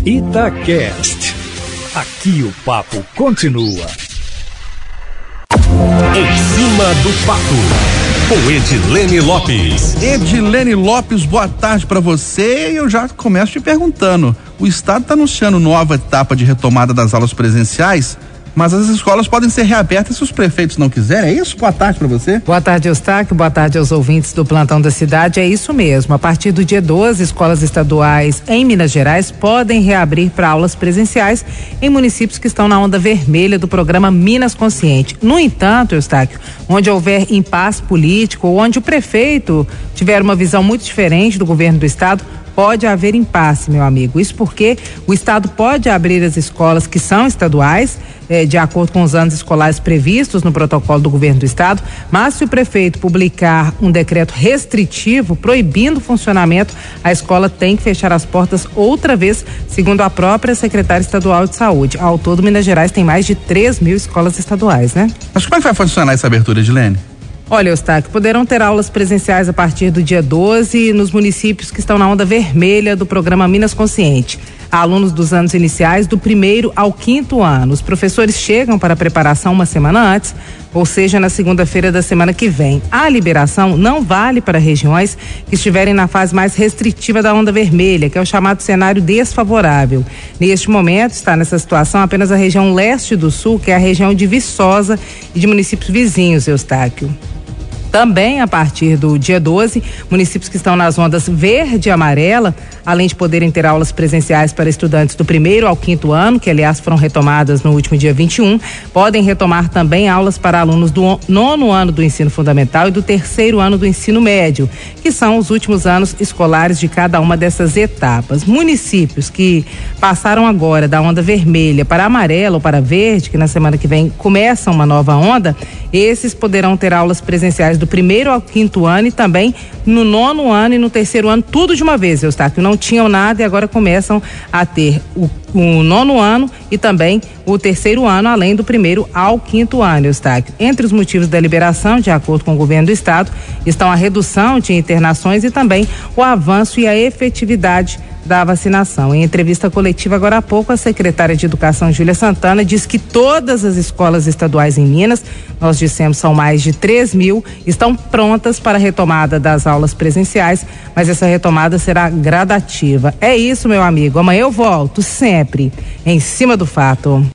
Itacast. Aqui o papo continua. Em cima do papo, com Edilene Lopes. Edilene Lopes, boa tarde para você. E eu já começo te perguntando: o Estado está anunciando nova etapa de retomada das aulas presenciais, mas as escolas podem ser reabertas se os prefeitos não quiserem, é isso? Boa tarde para você. Boa tarde, Eustáquio, boa tarde aos ouvintes do Plantão da Cidade, é isso mesmo. A partir do dia 12, escolas estaduais em Minas Gerais podem reabrir para aulas presenciais em municípios que estão na onda vermelha do programa Minas Consciente. No entanto, Eustáquio, onde houver impasse político ou onde o prefeito tiver uma visão muito diferente do governo do estado, pode haver impasse, meu amigo. Isso porque o estado pode abrir as escolas que são estaduais, de acordo com os anos escolares previstos no protocolo do governo do estado, mas se o prefeito publicar um decreto restritivo proibindo o funcionamento, a escola tem que fechar as portas outra vez, segundo a própria secretária estadual de saúde. Ao todo, Minas Gerais tem mais de 3.000 escolas estaduais, né? Mas como é que vai funcionar essa abertura, Edilene? Olha, Eustáquio, poderão ter aulas presenciais a partir do dia 12 nos municípios que estão na onda vermelha do programa Minas Consciente. Há alunos dos anos iniciais do 1º ao 5º ano. Os professores chegam para a preparação uma semana antes, ou seja, na segunda-feira da semana que vem. A liberação não vale para regiões que estiverem na fase mais restritiva da onda vermelha, que é o chamado cenário desfavorável. Neste momento, está nessa situação apenas a região leste do sul, que é a região de Viçosa e de municípios vizinhos, Eustáquio. Também, a partir do dia 12, municípios que estão nas ondas verde e amarela, além de poderem ter aulas presenciais para estudantes do 1º ao 5º ano, que aliás foram retomadas no último dia 21, podem retomar também aulas para alunos do 9º ano do ensino fundamental e do 3º ano do ensino médio, que são os últimos anos escolares de cada uma dessas etapas. Municípios que passaram agora da onda vermelha para amarela ou para verde, que na semana que vem começa uma nova onda, esses poderão ter aulas presenciais do 1º ao 5º ano e também no 9º ano e no 3º ano, tudo de uma vez, Eustáquio. Não tinham nada e agora começam a ter o 9º ano e também o 3º ano, além do 1º ao 5º ano, Eustáquio. Entre os motivos da liberação, de acordo com o governo do estado, estão a redução de internações e também o avanço e a efetividade da vacinação. Em entrevista coletiva agora há pouco, a secretária de Educação, Júlia Santana, diz que todas as escolas estaduais em Minas, nós dissemos são mais de 3.000, estão prontas para a retomada das aulas presenciais, mas essa retomada será gradativa. É isso, meu amigo. Amanhã eu volto sempre em cima do fato.